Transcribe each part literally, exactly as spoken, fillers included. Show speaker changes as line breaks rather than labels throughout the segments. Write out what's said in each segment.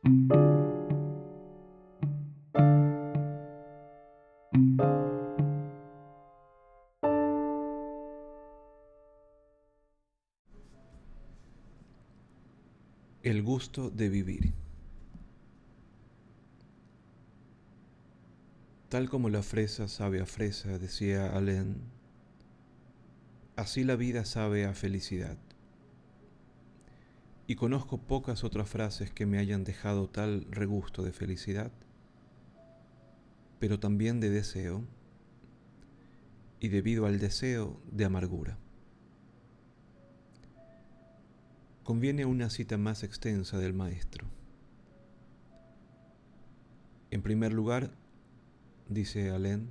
El gusto de vivir. Tal como la fresa sabe a fresa, decía Alain, así la vida sabe a felicidad. Y conozco pocas otras frases que me hayan dejado tal regusto de felicidad, pero también de deseo, y debido al deseo, de amargura. Conviene una cita más extensa del maestro. En primer lugar, dice Alain,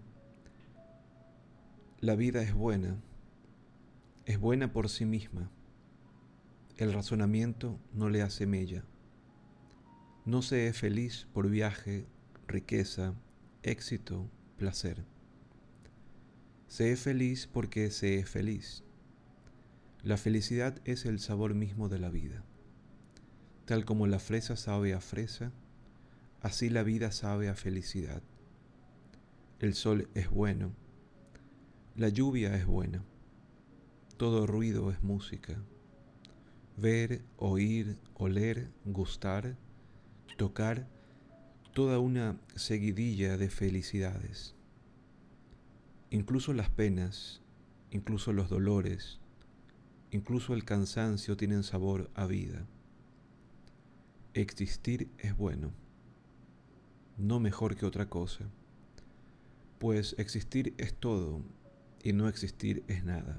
la vida es buena, es buena por sí misma. El razonamiento no le hace mella. No se es feliz por viaje, riqueza, éxito, placer. Se es feliz porque se es feliz. La felicidad es el sabor mismo de la vida. Tal como la fresa sabe a fresa, así la vida sabe a felicidad. El sol es bueno, la lluvia es buena, todo ruido es música. Ver, oír, oler, gustar, tocar, toda una seguidilla de felicidades. Incluso las penas, incluso los dolores, incluso el cansancio tienen sabor a vida. Existir es bueno, no mejor que otra cosa, pues existir es todo y no existir es nada.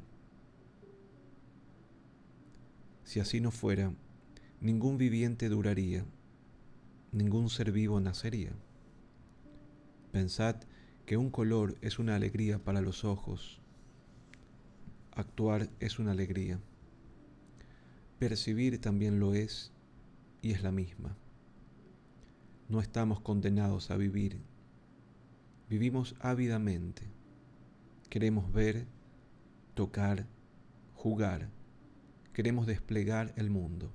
Si así no fuera, ningún viviente duraría, ningún ser vivo nacería. Pensad que un color es una alegría para los ojos, actuar es una alegría, percibir también lo es y es la misma. No estamos condenados a vivir, vivimos ávidamente, queremos ver, tocar, jugar, queremos desplegar el mundo.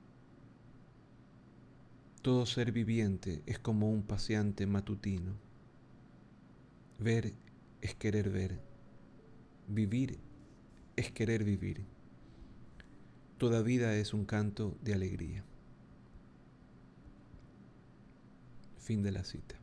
Todo ser viviente es como un paseante matutino. Ver es querer ver, vivir es querer vivir. Toda vida es un canto de alegría. Fin de la cita.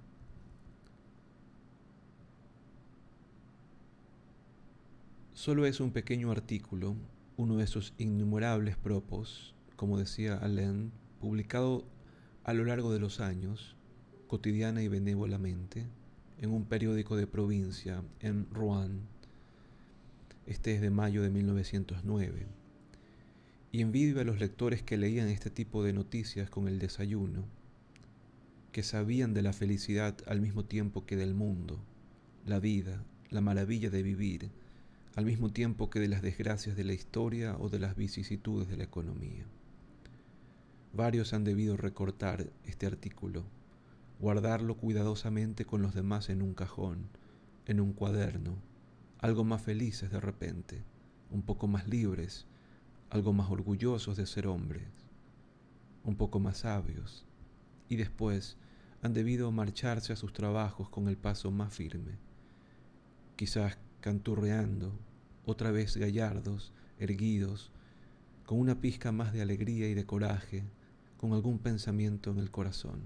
Solo es un pequeño artículo, uno de esos innumerables propos, como decía Alain, publicado a lo largo de los años, cotidiana y benévolamente, en un periódico de provincia en Rouen. Este es de mayo de mil novecientos nueve. Y envidio a los lectores que leían este tipo de noticias con el desayuno, que sabían de la felicidad al mismo tiempo que del mundo, la vida, la maravilla de vivir, al mismo tiempo que de las desgracias de la historia o de las vicisitudes de la economía. Varios han debido recortar este artículo, guardarlo cuidadosamente con los demás en un cajón, en un cuaderno, algo más felices de repente, un poco más libres, algo más orgullosos de ser hombres, un poco más sabios, y después han debido marcharse a sus trabajos con el paso más firme, quizás canturreando, otra vez gallardos, erguidos, con una pizca más de alegría y de coraje, con algún pensamiento en el corazón.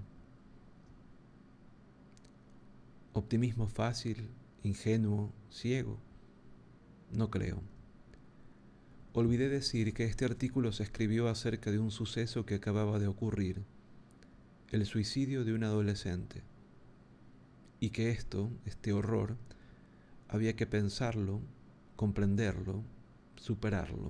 Optimismo fácil, ingenuo, ciego, no creo. Olvidé decir que este artículo se escribió acerca de un suceso que acababa de ocurrir, el suicidio de un adolescente, y que esto, este horror, había que pensarlo, comprenderlo, superarlo.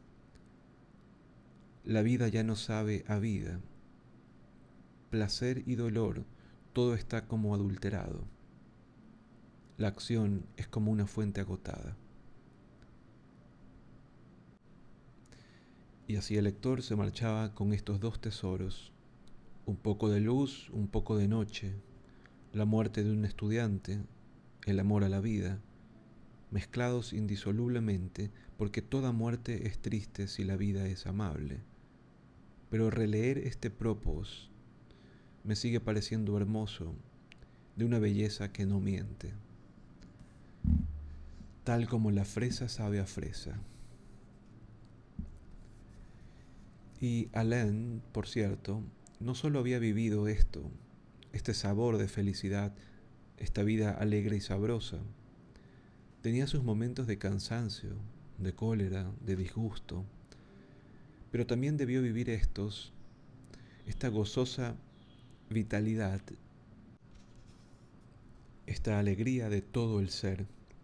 La vida ya no sabe a vida. Placer y dolor, todo está como adulterado. La acción es como una fuente agotada. Y así el lector se marchaba con estos dos tesoros, un poco de luz, un poco de noche, la muerte de un estudiante, el amor a la vida, mezclados indisolublemente, porque toda muerte es triste si la vida es amable. Pero releer este propos me sigue pareciendo hermoso, de una belleza que no miente, tal como la fresa sabe a fresa. Y Alain, por cierto, no solo había vivido esto, este sabor de felicidad, esta vida alegre y sabrosa, tenía sus momentos de cansancio, de cólera, de disgusto, pero también debió vivir estos, esta gozosa vitalidad, esta alegría de todo el ser.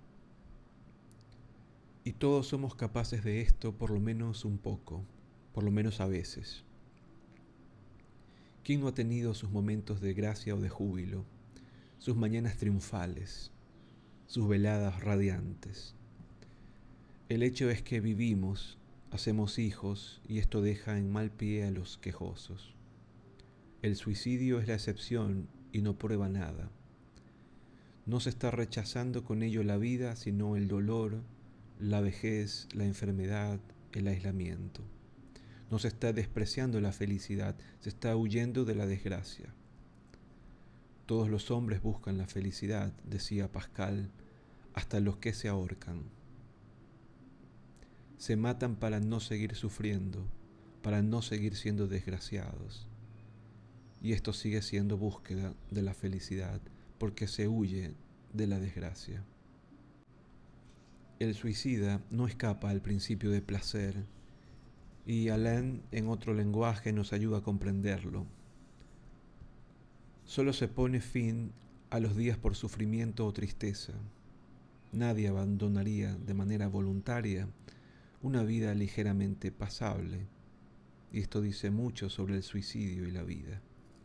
Y todos somos capaces de esto por lo menos un poco, por lo menos a veces. ¿Quién no ha tenido sus momentos de gracia o de júbilo, sus mañanas triunfales, sus veladas radiantes? El hecho es que vivimos, hacemos hijos y esto deja en mal pie a los quejosos. El suicidio es la excepción y no prueba nada. No se está rechazando con ello la vida, sino el dolor, la vejez, la enfermedad, el aislamiento. No se está despreciando la felicidad, se está huyendo de la desgracia. Todos los hombres buscan la felicidad, decía Pascal, hasta los que se ahorcan. Se matan para no seguir sufriendo, para no seguir siendo desgraciados. Y esto sigue siendo búsqueda de la felicidad, porque se huye de la desgracia. El suicida no escapa al principio de placer, y Alain, en otro lenguaje, nos ayuda a comprenderlo. Solo se pone fin a los días por sufrimiento o tristeza. Nadie abandonaría de manera voluntaria una vida ligeramente pasable, y esto dice mucho sobre el suicidio y la vida.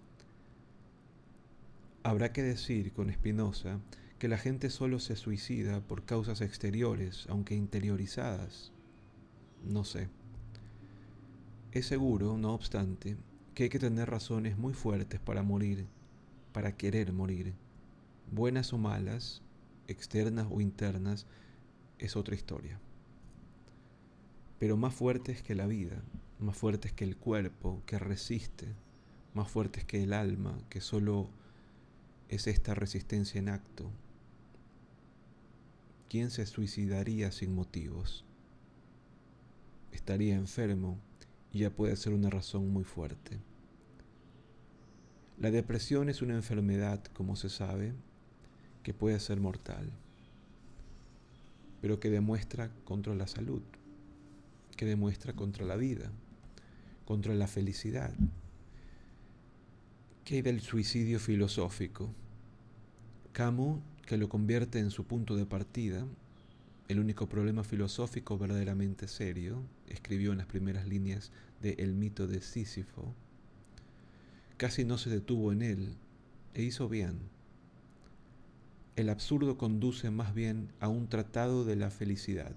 Habrá que decir con Spinoza que la gente solo se suicida por causas exteriores, aunque interiorizadas. No sé. Es seguro, no obstante, que hay que tener razones muy fuertes para morir, para querer morir. Buenas o malas, externas o internas, es otra historia. Pero más fuertes que la vida, más fuertes que el cuerpo, que resiste, más fuertes que el alma, que solo es esta resistencia en acto. ¿Quién se suicidaría sin motivos? Estaría enfermo y ya puede ser una razón muy fuerte. La depresión es una enfermedad, como se sabe, que puede ser mortal, pero que demuestra contra la salud, que demuestra contra la vida, contra la felicidad. ¿Qué hay del suicidio filosófico? Camus, que lo convierte en su punto de partida, el único problema filosófico verdaderamente serio, escribió en las primeras líneas de El mito de Sísifo, casi no se detuvo en él, e hizo bien. El absurdo conduce más bien a un tratado de la felicidad.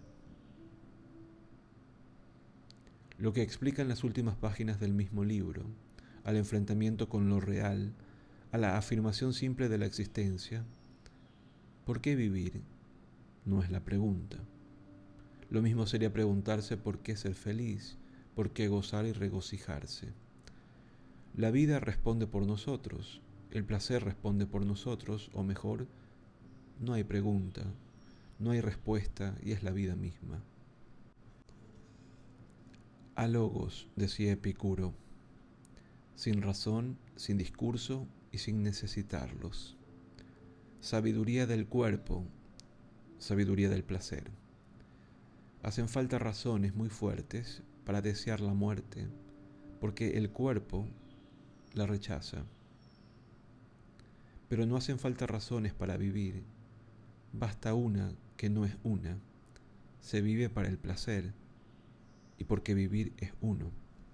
Lo que explica en las últimas páginas del mismo libro, al enfrentamiento con lo real, a la afirmación simple de la existencia. ¿Por qué vivir? No es la pregunta. Lo mismo sería preguntarse por qué ser feliz, por qué gozar y regocijarse. La vida responde por nosotros, el placer responde por nosotros, o mejor, no hay pregunta, no hay respuesta y es la vida misma. A logos, decía Epicuro, sin razón, sin discurso y sin necesitarlos. Sabiduría del cuerpo, sabiduría del placer. Hacen falta razones muy fuertes para desear la muerte, porque el cuerpo la rechaza. Pero no hacen falta razones para vivir, basta una que no es una. Se vive para el placer, y porque vivir es uno.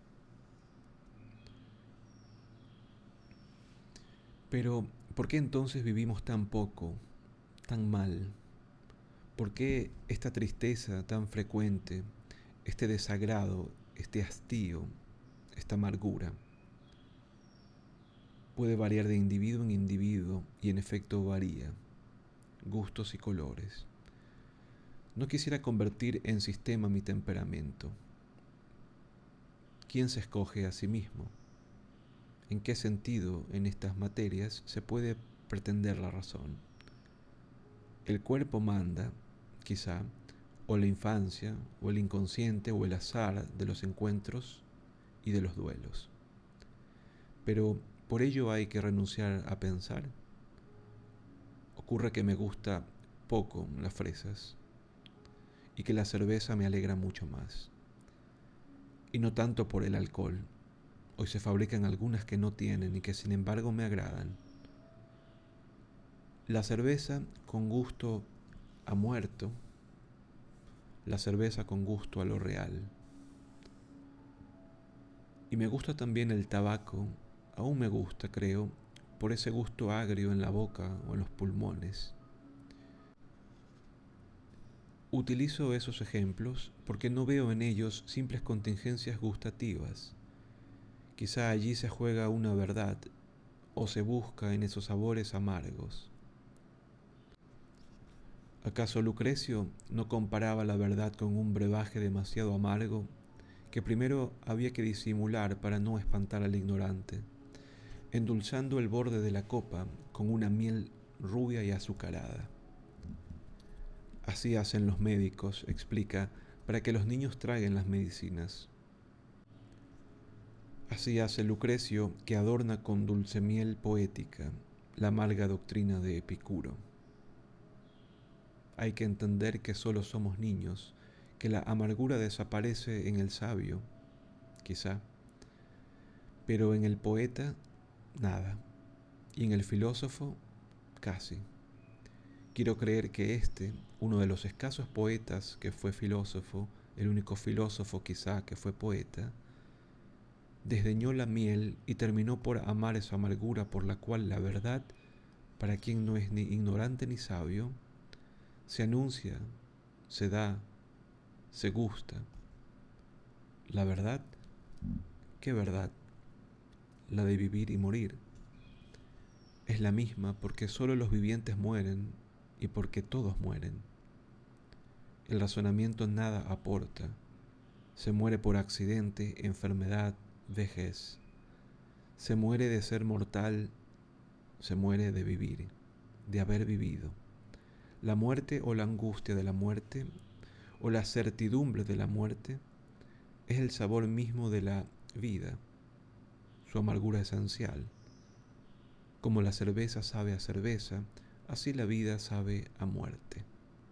Pero, ¿por qué entonces vivimos tan poco, tan mal? ¿Por qué esta tristeza tan frecuente, este desagrado, este hastío, esta amargura? Puede variar de individuo en individuo y en efecto varía, gustos y colores. No quisiera convertir en sistema mi temperamento. ¿Quién se escoge a sí mismo? en qué sentido en estas materias se puede pretender la razón. El cuerpo manda, quizá, o la infancia, o el inconsciente, o el azar de los encuentros y de los duelos. Pero por ello hay que renunciar a pensar. Ocurre que me gusta poco las fresas y que la cerveza me alegra mucho más. Y no tanto por el alcohol. Hoy se fabrican algunas que no tienen y que sin embargo me agradan. La cerveza con gusto a muerto, la cerveza con gusto a lo real. Y me gusta también el tabaco, aún me gusta, creo, por ese gusto agrio en la boca o en los pulmones. Utilizo esos ejemplos porque no veo en ellos simples contingencias gustativas. Quizá allí se juega una verdad o se busca en esos sabores amargos. ¿Acaso Lucrecio no comparaba la verdad con un brebaje demasiado amargo que primero había que disimular para no espantar al ignorante, endulzando el borde de la copa con una miel rubia y azucarada? Así hacen los médicos, explica, para que los niños traguen las medicinas. Así hace Lucrecio, que adorna con dulce miel poética la amarga doctrina de Epicuro. Hay que entender que solo somos niños, que la amargura desaparece en el sabio, quizá, pero en el poeta, nada, y en el filósofo, casi. Quiero creer que este, uno de los escasos poetas que fue filósofo, el único filósofo quizá que fue poeta, desdeñó la miel y terminó por amar esa amargura por la cual la verdad, para quien no es ni ignorante ni sabio, se anuncia, se da, se gusta. La verdad, ¿qué verdad? La de vivir y morir. Es la misma porque solo los vivientes mueren y porque todos mueren. El razonamiento nada aporta. Se muere por accidente, enfermedad, vejez. Se muere de ser mortal, se muere de vivir, de haber vivido. La muerte o la angustia de la muerte o la certidumbre de la muerte es el sabor mismo de la vida, su amargura esencial. Como la cerveza sabe a cerveza, así la vida sabe a muerte.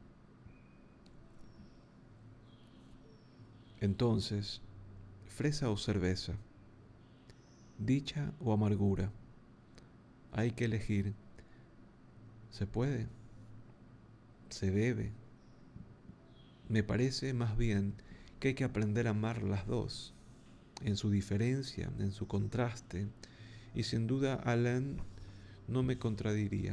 Entonces, fresa o cerveza, dicha o amargura, hay que elegir. ¿Se puede? ¿Se debe? Me parece más bien que hay que aprender a amar las dos, en su diferencia, en su contraste, y sin duda Alain no me contradiría.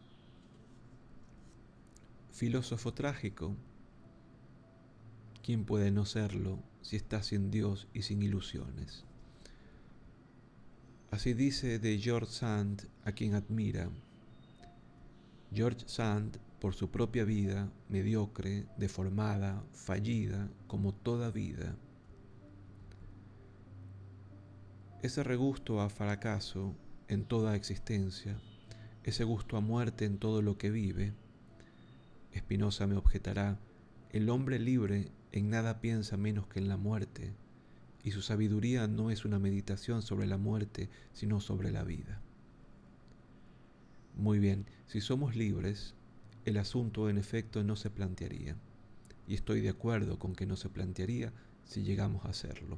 Filósofo trágico, ¿quién puede no serlo si está sin Dios y sin ilusiones? Así dice de George Sand, a quien admira. George Sand, por su propia vida, mediocre, deformada, fallida, como toda vida. Ese regusto a fracaso en toda existencia, ese gusto a muerte en todo lo que vive, Spinoza me objetará, el hombre libre en nada piensa menos que en la muerte, y su sabiduría no es una meditación sobre la muerte, sino sobre la vida. Muy bien, si somos libres, el asunto en efecto no se plantearía, y estoy de acuerdo con que no se plantearía si llegamos a serlo.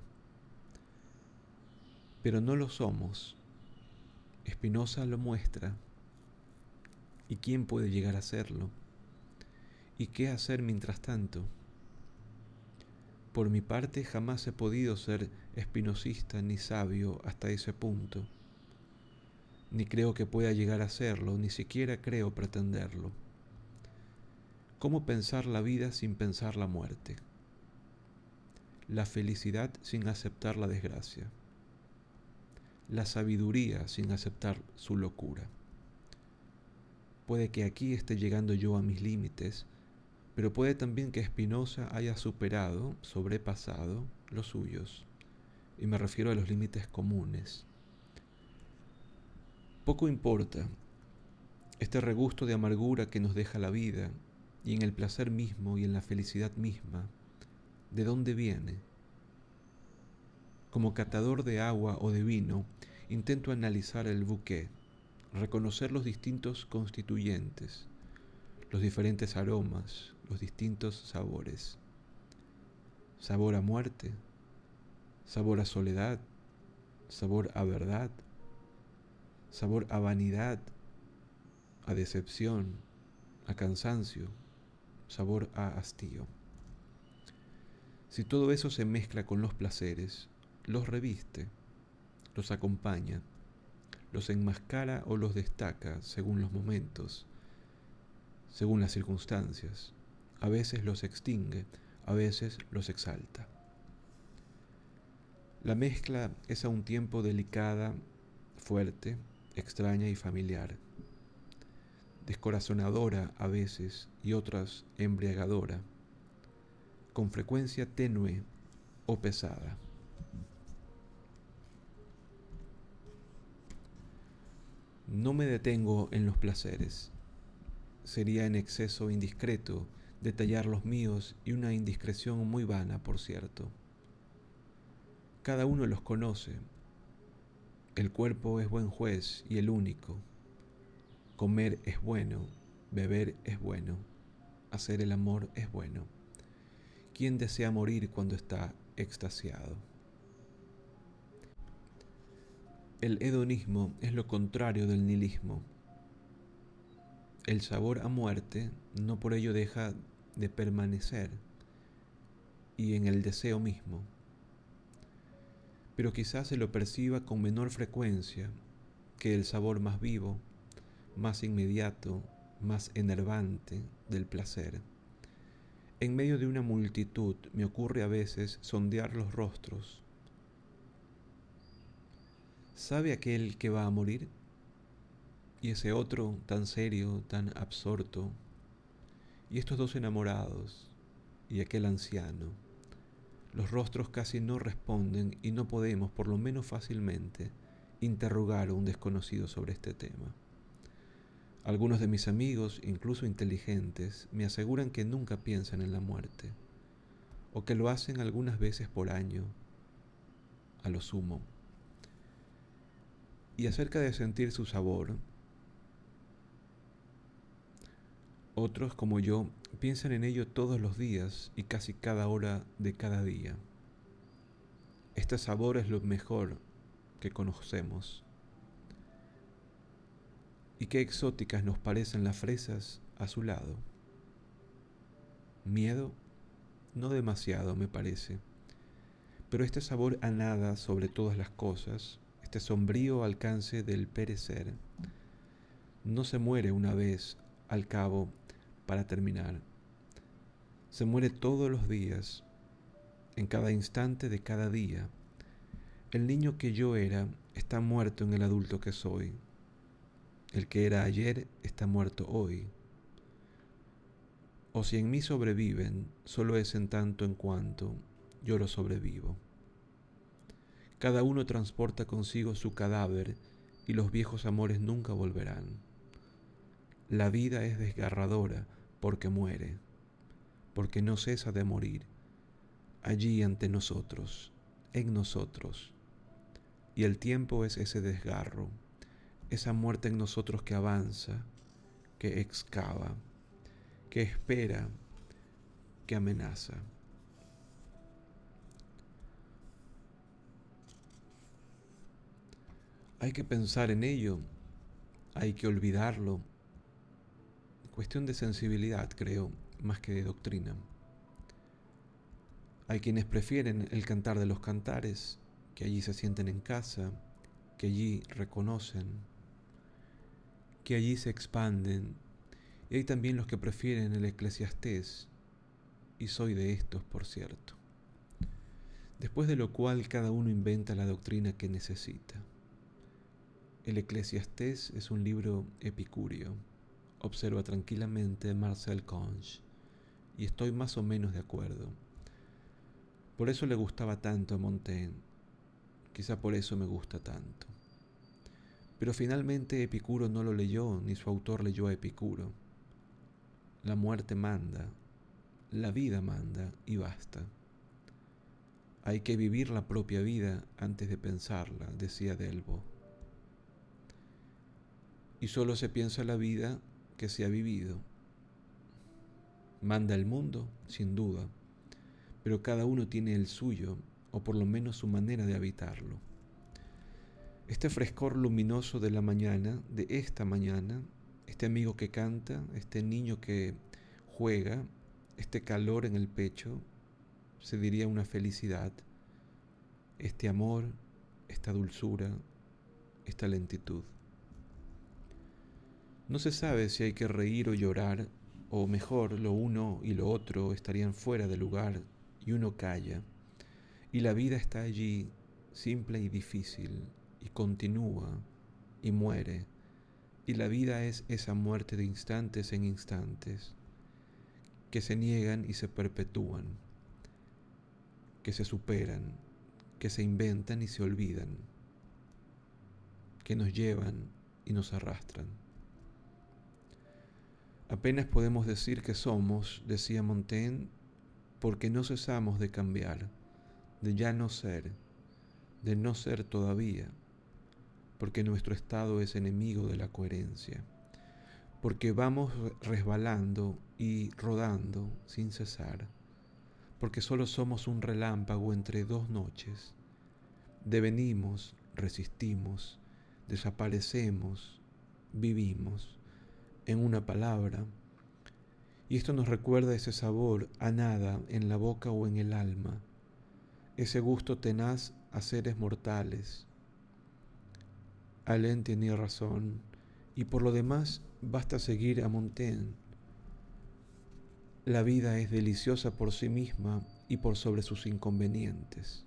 Pero no lo somos. Spinoza lo muestra. ¿Y quién puede llegar a serlo? ¿Y qué hacer mientras tanto? Por mi parte jamás he podido ser espinosista ni sabio hasta ese punto. Ni creo que pueda llegar a serlo, ni siquiera creo pretenderlo. ¿Cómo pensar la vida sin pensar la muerte? La felicidad sin aceptar la desgracia. La sabiduría sin aceptar su locura. Puede que aquí esté llegando yo a mis límites, pero puede también que Spinoza haya superado, sobrepasado los suyos, y me refiero a los límites comunes. Poco importa este regusto de amargura que nos deja la vida, y en el placer mismo y en la felicidad misma, ¿de dónde viene? Como catador de agua o de vino, intento analizar el bouquet, reconocer los distintos constituyentes, los diferentes aromas, los distintos sabores. Sabor a muerte, sabor a soledad, sabor a verdad, sabor a vanidad, a decepción, a cansancio, sabor a hastío. Si todo eso se mezcla con los placeres, los reviste, los acompaña, los enmascara o los destaca según los momentos, según las circunstancias. A veces los extingue, a veces los exalta. La mezcla es a un tiempo delicada, fuerte, extraña y familiar, descorazonadora a veces y otras embriagadora, con frecuencia tenue o pesada. No me detengo en los placeres. Sería en exceso indiscreto detallar los míos y una indiscreción muy vana, por cierto. Cada uno los conoce. El cuerpo es buen juez y el único. Comer es bueno, beber es bueno, hacer el amor es bueno. ¿Quién desea morir cuando está extasiado? El hedonismo es lo contrario del nihilismo. El sabor a muerte no por ello deja de permanecer, y en el deseo mismo, pero quizás se lo perciba con menor frecuencia que el sabor más vivo, más inmediato, más enervante del placer. En medio de una multitud me ocurre a veces sondear los rostros. ¿Sabe aquel que va a morir? Y ese otro tan serio, tan absorto, y estos dos enamorados, y aquel anciano. Los rostros casi no responden y no podemos, por lo menos fácilmente, interrogar a un desconocido sobre este tema. Algunos de mis amigos, incluso inteligentes, me aseguran que nunca piensan en la muerte, o que lo hacen algunas veces por año, a lo sumo. Y acerca de sentir su sabor, otros, como yo, piensan en ello todos los días y casi cada hora de cada día. Este sabor es lo mejor que conocemos. Y qué exóticas nos parecen las fresas a su lado. Miedo, no demasiado me parece, pero este sabor a nada sobre todas las cosas, este sombrío alcance del perecer, no se muere una vez al cabo para terminar. Se muere todos los días, en cada instante de cada día. El niño que yo era está muerto en el adulto que soy. El que era ayer está muerto hoy. O si en mí sobreviven, solo es en tanto en cuanto yo lo sobrevivo. Cada uno transporta consigo su cadáver y los viejos amores nunca volverán. La vida es desgarradora porque muere, porque no cesa de morir, allí ante nosotros, en nosotros. Y el tiempo es ese desgarro, esa muerte en nosotros que avanza, que excava, que espera, que amenaza. Hay que pensar en ello, hay que olvidarlo. Cuestión de sensibilidad, creo, más que de doctrina. Hay quienes prefieren el cantar de los cantares, que allí se sienten en casa, que allí reconocen, que allí se expanden. Y hay también los que prefieren el Eclesiastés, y soy de estos, por cierto. Después de lo cual cada uno inventa la doctrina que necesita. El Eclesiastés es un libro epicúreo, observa tranquilamente Marcel Conche, y estoy más o menos de acuerdo. Por eso le gustaba tanto a Montaigne, quizá por eso me gusta tanto. Pero finalmente Epicuro no lo leyó, ni su autor leyó a Epicuro. La muerte manda, la vida manda y basta. Hay que vivir la propia vida antes de pensarla, decía Delbo. Y solo se piensa la vida que se ha vivido. Manda el mundo, sin duda, pero cada uno tiene el suyo, o por lo menos su manera de habitarlo. Este frescor luminoso de la mañana, de esta mañana, este amigo que canta, este niño que juega, este calor en el pecho, se diría una felicidad, este amor, esta dulzura, esta lentitud. No se sabe si hay que reír o llorar, o mejor, lo uno y lo otro estarían fuera de lugar y uno calla, y la vida está allí, simple y difícil, y continúa, y muere, y la vida es esa muerte de instantes en instantes, que se niegan y se perpetúan, que se superan, que se inventan y se olvidan, que nos llevan y nos arrastran. Apenas podemos decir que somos, decía Montaigne, porque no cesamos de cambiar, de ya no ser, de no ser todavía, porque nuestro estado es enemigo de la coherencia, porque vamos resbalando y rodando sin cesar, porque solo somos un relámpago entre dos noches, devenimos, resistimos, desaparecemos, vivimos, en una palabra, y esto nos recuerda ese sabor a nada en la boca o en el alma, ese gusto tenaz a seres mortales. Alain tenía razón, y por lo demás basta seguir a Montaigne. La vida es deliciosa por sí misma y por sobre sus inconvenientes.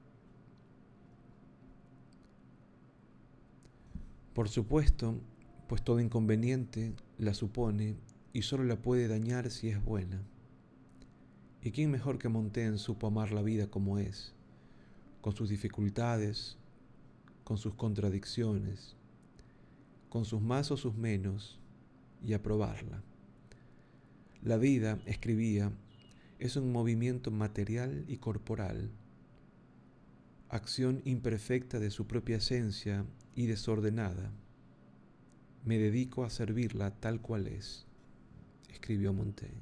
Por supuesto, pues todo inconveniente la supone y solo la puede dañar si es buena. ¿Y quién mejor que Montaigne supo amar la vida como es, con sus dificultades, con sus contradicciones, con sus más o sus menos, y aprobarla? La vida, escribía, es un movimiento material y corporal, acción imperfecta de su propia esencia y desordenada. Me dedico a servirla tal cual es, escribió Montaigne.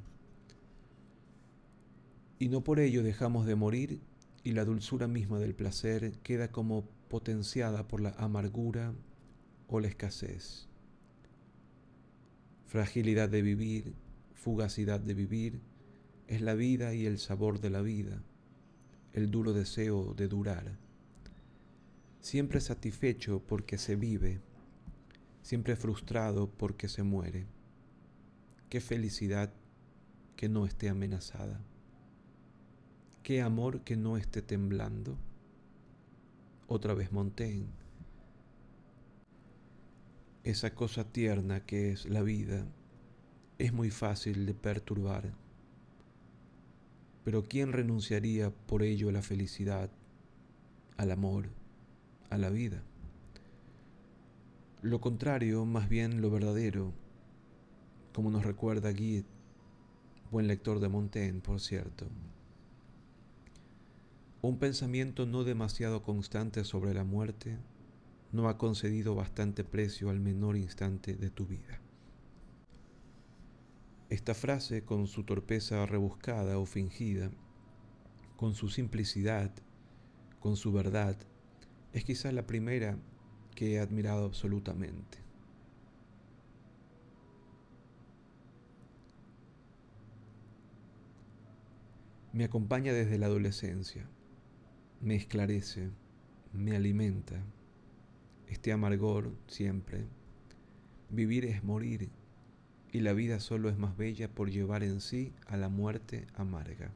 Y no por ello dejamos de morir, y la dulzura misma del placer queda como potenciada por la amargura o la escasez. Fragilidad de vivir, fugacidad de vivir, es la vida y el sabor de la vida, el duro deseo de durar. Siempre satisfecho porque se vive, siempre frustrado porque se muere. Qué felicidad que no esté amenazada. Qué amor que no esté temblando. Otra vez Montaigne. Esa cosa tierna que es la vida es muy fácil de perturbar. Pero ¿quién renunciaría por ello a la felicidad, al amor, a la vida? Lo contrario, más bien lo verdadero, como nos recuerda Guy, buen lector de Montaigne, por cierto. Un pensamiento no demasiado constante sobre la muerte no ha concedido bastante precio al menor instante de tu vida. Esta frase, con su torpeza rebuscada o fingida, con su simplicidad, con su verdad, es quizás la primera que he admirado absolutamente. Me acompaña desde la adolescencia, me esclarece, me alimenta. Este amargor siempre. Vivir es morir, y la vida solo es más bella por llevar en sí a la muerte amarga.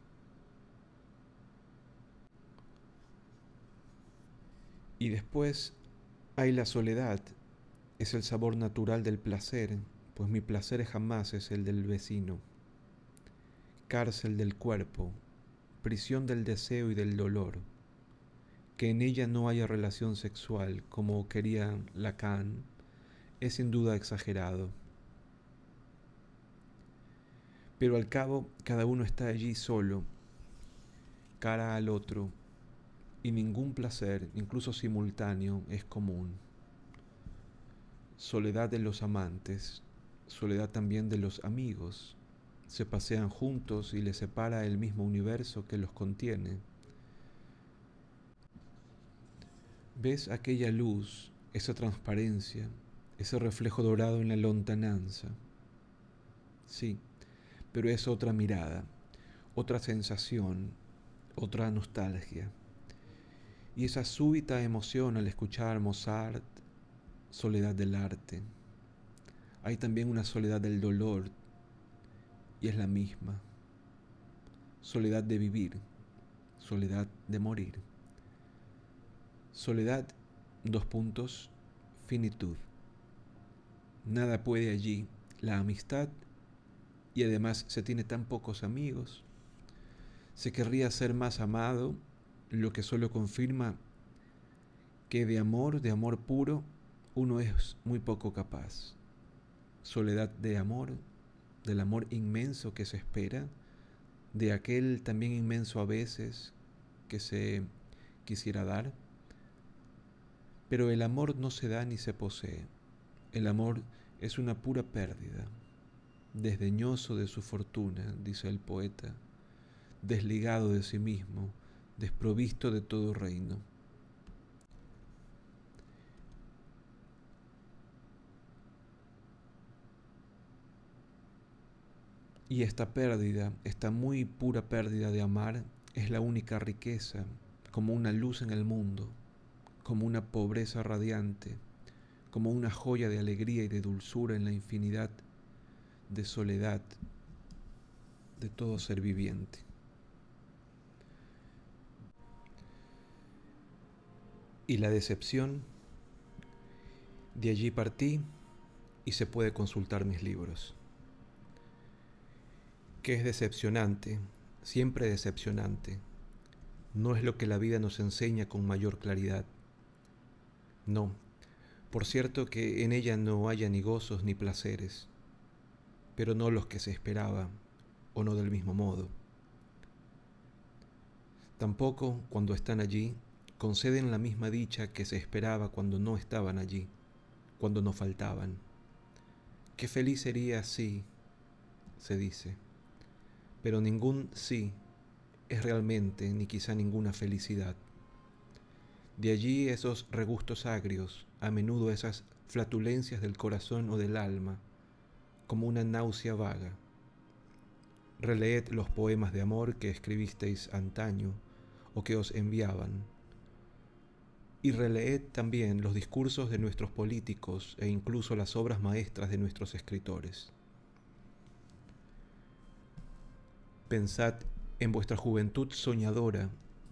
Y después hay la soledad, es el sabor natural del placer, pues mi placer jamás es el del vecino. Cárcel del cuerpo, prisión del deseo y del dolor. Que en ella no haya relación sexual como quería Lacan es sin duda exagerado. Pero al cabo cada uno está allí solo, cara al otro, y ningún placer, incluso simultáneo, es común. Soledad de los amantes, soledad también de los amigos, se pasean juntos y les separa el mismo universo que los contiene. ¿Ves aquella luz, esa transparencia, ese reflejo dorado en la lontananza? Sí, pero es otra mirada, otra sensación, otra nostalgia. Y esa súbita emoción al escuchar Mozart, soledad del arte. Hay también una soledad del dolor, y es la misma. Soledad de vivir, soledad de morir. Soledad, dos puntos, finitud. Nada puede allí, la amistad, y además se tiene tan pocos amigos. Se querría ser más amado, lo que solo confirma que de amor, de amor puro, uno es muy poco capaz. Soledad de amor, del amor inmenso que se espera, de aquel también inmenso a veces que se quisiera dar. Pero el amor no se da ni se posee. El amor es una pura pérdida. Desdeñoso de su fortuna, dice el poeta, desligado de sí mismo, desprovisto de todo reino. Y esta pérdida, esta muy pura pérdida de amar, es la única riqueza, como una luz en el mundo, como una pobreza radiante, como una joya de alegría y de dulzura en la infinidad de soledad de todo ser viviente. Y la decepción, de allí partí y se puede consultar mis libros. ¿Qué es decepcionante? Siempre decepcionante. No es lo que la vida nos enseña con mayor claridad. No, por cierto que en ella no haya ni gozos ni placeres, pero no los que se esperaba, o no del mismo modo. Tampoco, cuando están allí, conceden la misma dicha que se esperaba cuando no estaban allí, cuando no faltaban. Qué feliz sería sí, se dice, pero ningún sí es realmente ni quizá ninguna felicidad. De allí esos regustos agrios, a menudo esas flatulencias del corazón o del alma, como una náusea vaga. Releed los poemas de amor que escribisteis antaño o que os enviaban. Y releed también los discursos de nuestros políticos e incluso las obras maestras de nuestros escritores. Pensad en vuestra juventud soñadora,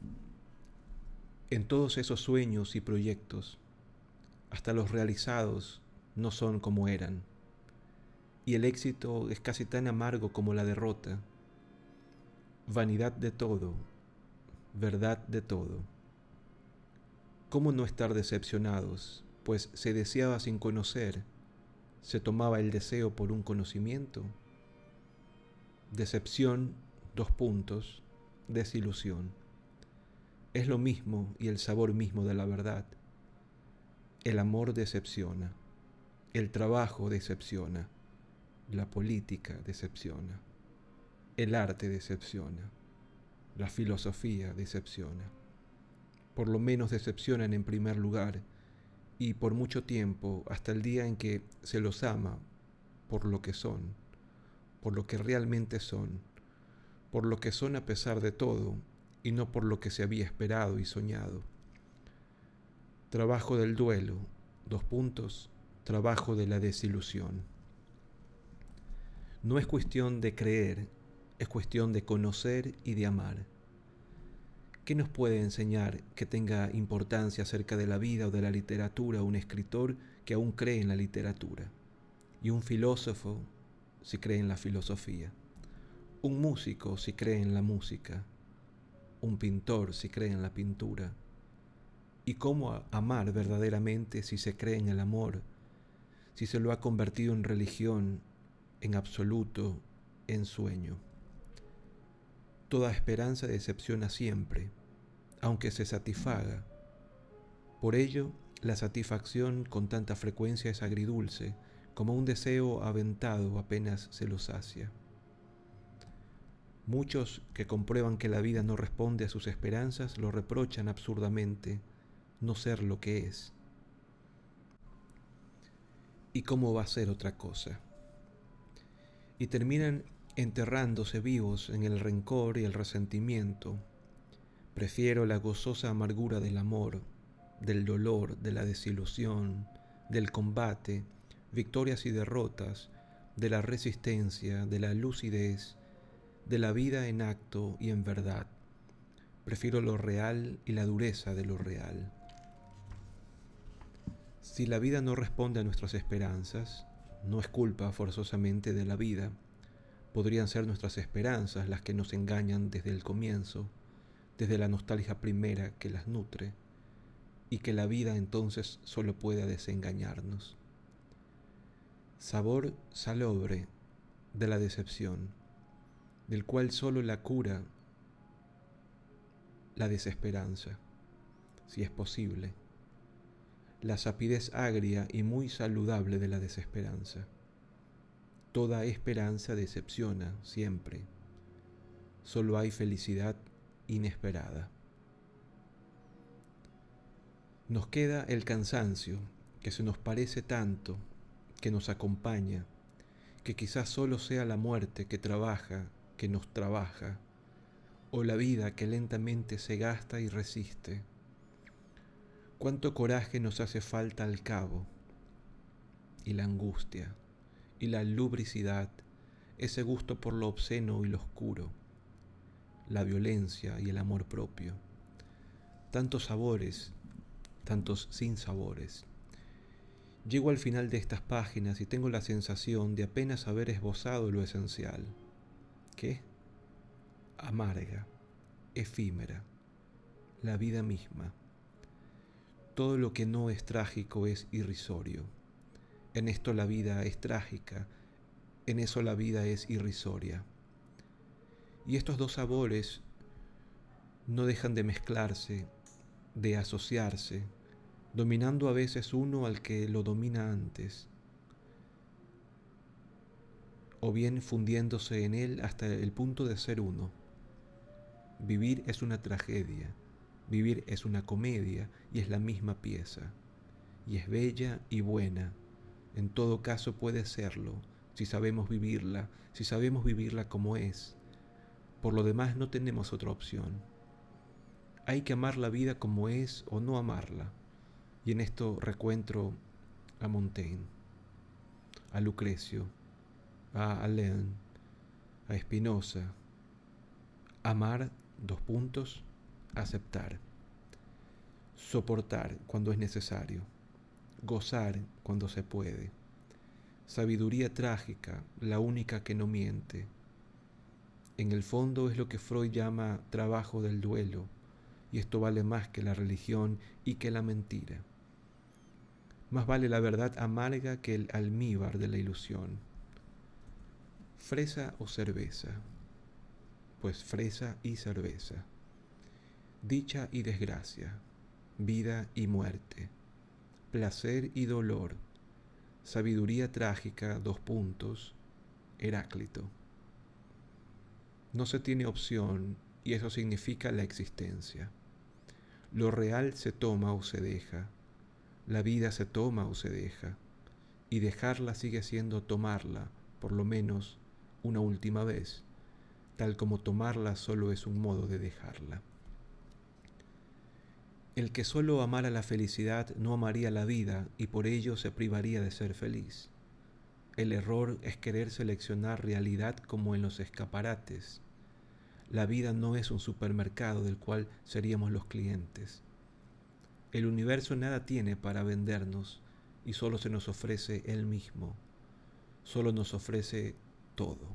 en todos esos sueños y proyectos. Hasta los realizados no son como eran. Y el éxito es casi tan amargo como la derrota. Vanidad de todo, verdad de todo. ¿Cómo no estar decepcionados? Pues se deseaba sin conocer, se tomaba el deseo por un conocimiento. Decepción, dos puntos, desilusión. Es lo mismo y el sabor mismo de la verdad. El amor decepciona, el trabajo decepciona, la política decepciona, el arte decepciona, la filosofía decepciona. Por lo menos decepcionan en primer lugar y por mucho tiempo hasta el día en que se los ama por lo que son, por lo que realmente son, por lo que son a pesar de todo y no por lo que se había esperado y soñado. Trabajo del duelo, dos puntos, trabajo de la desilusión. No es cuestión de creer, es cuestión de conocer y de amar. ¿Qué nos puede enseñar que tenga importancia acerca de la vida o de la literatura un escritor que aún cree en la literatura? Y un filósofo si cree en la filosofía. Un músico si cree en la música. Un pintor si cree en la pintura. ¿Y cómo amar verdaderamente si se cree en el amor, si se lo ha convertido en religión, en absoluto, en sueño? Toda esperanza decepciona siempre, aunque se satisfaga. Por ello, la satisfacción con tanta frecuencia es agridulce, como un deseo aventado apenas se lo sacia. Muchos que comprueban que la vida no responde a sus esperanzas lo reprochan absurdamente no ser lo que es. ¿Y cómo va a ser otra cosa? Y terminan enterrándose vivos en el rencor y el resentimiento. Prefiero la gozosa amargura del amor, del dolor, de la desilusión, del combate, victorias y derrotas, de la resistencia, de la lucidez, de la vida en acto y en verdad. Prefiero lo real y la dureza de lo real. Si la vida no responde a nuestras esperanzas, no es culpa forzosamente de la vida. Podrían ser nuestras esperanzas las que nos engañan desde el comienzo, desde la nostalgia primera que las nutre, y que la vida entonces solo pueda desengañarnos. Sabor salobre de la decepción, del cual solo la cura la desesperanza, si es posible. La sapidez agria y muy saludable de la desesperanza. Toda esperanza decepciona siempre. Solo hay felicidad inesperada. Nos queda el cansancio, que se nos parece tanto, que nos acompaña, que quizás solo sea la muerte que trabaja, que nos trabaja, o la vida que lentamente se gasta y resiste. Cuánto coraje nos hace falta al cabo, y la angustia, y la lubricidad, ese gusto por lo obsceno y lo oscuro, la violencia y el amor propio. Tantos sabores, tantos sinsabores. Llego al final de estas páginas y tengo la sensación de apenas haber esbozado lo esencial. ¿Qué? Amarga, efímera, la vida misma. Todo lo que no es trágico es irrisorio. En esto la vida es trágica, en eso la vida es irrisoria. Y estos dos sabores no dejan de mezclarse, de asociarse, dominando a veces uno al que lo domina antes, o bien fundiéndose en él hasta el punto de ser uno. Vivir es una tragedia, vivir es una comedia y es la misma pieza, y es bella y buena. En todo caso puede serlo, si sabemos vivirla, si sabemos vivirla como es. Por lo demás no tenemos otra opción. Hay que amar la vida como es o no amarla. Y en esto recuentro a Montaigne, a Lucrecio, a Alain, a Spinoza. Amar, dos puntos, aceptar. Soportar cuando es necesario. Gozar cuando se puede. Sabiduría trágica, la única que no miente. En el fondo es lo que Freud llama trabajo del duelo, y esto vale más que la religión y que la mentira. Más vale la verdad amarga que el almíbar de la ilusión. ¿Fresa o cerveza? Pues fresa y cerveza. Dicha y desgracia, vida y muerte, placer y dolor, sabiduría trágica, dos puntos, Heráclito. No se tiene opción y eso significa la existencia. Lo real se toma o se deja, la vida se toma o se deja, y dejarla sigue siendo tomarla, por lo menos una última vez, tal como tomarla solo es un modo de dejarla. El que solo amara la felicidad no amaría la vida y por ello se privaría de ser feliz. El error es querer seleccionar realidad como en los escaparates. La vida no es un supermercado del cual seríamos los clientes. El universo nada tiene para vendernos y solo se nos ofrece él mismo. Solo nos ofrece todo.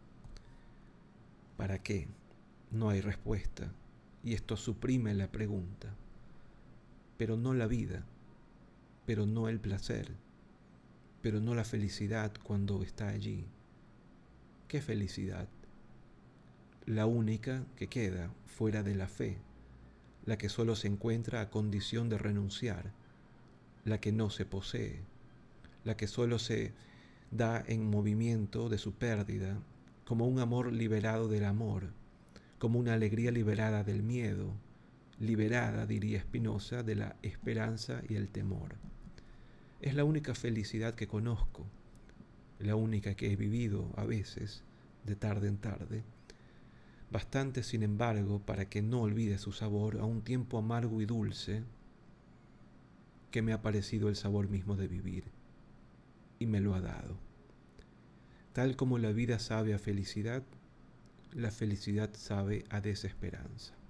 ¿Para qué? No hay respuesta y esto suprime la pregunta. pero no la vida, pero no el placer, pero no la felicidad cuando está allí. ¿Qué felicidad? La única que queda fuera de la fe, la que solo se encuentra a condición de renunciar, la que no se posee, la que solo se da en movimiento de su pérdida, como un amor liberado del amor, como una alegría liberada del miedo, liberada, diría Spinoza, de la esperanza y el temor. Es la única felicidad que conozco, la única que he vivido a veces, de tarde en tarde, bastante sin embargo para que no olvide su sabor a un tiempo amargo y dulce que me ha parecido el sabor mismo de vivir, y me lo ha dado. Tal como la vida sabe a felicidad, la felicidad sabe a desesperanza.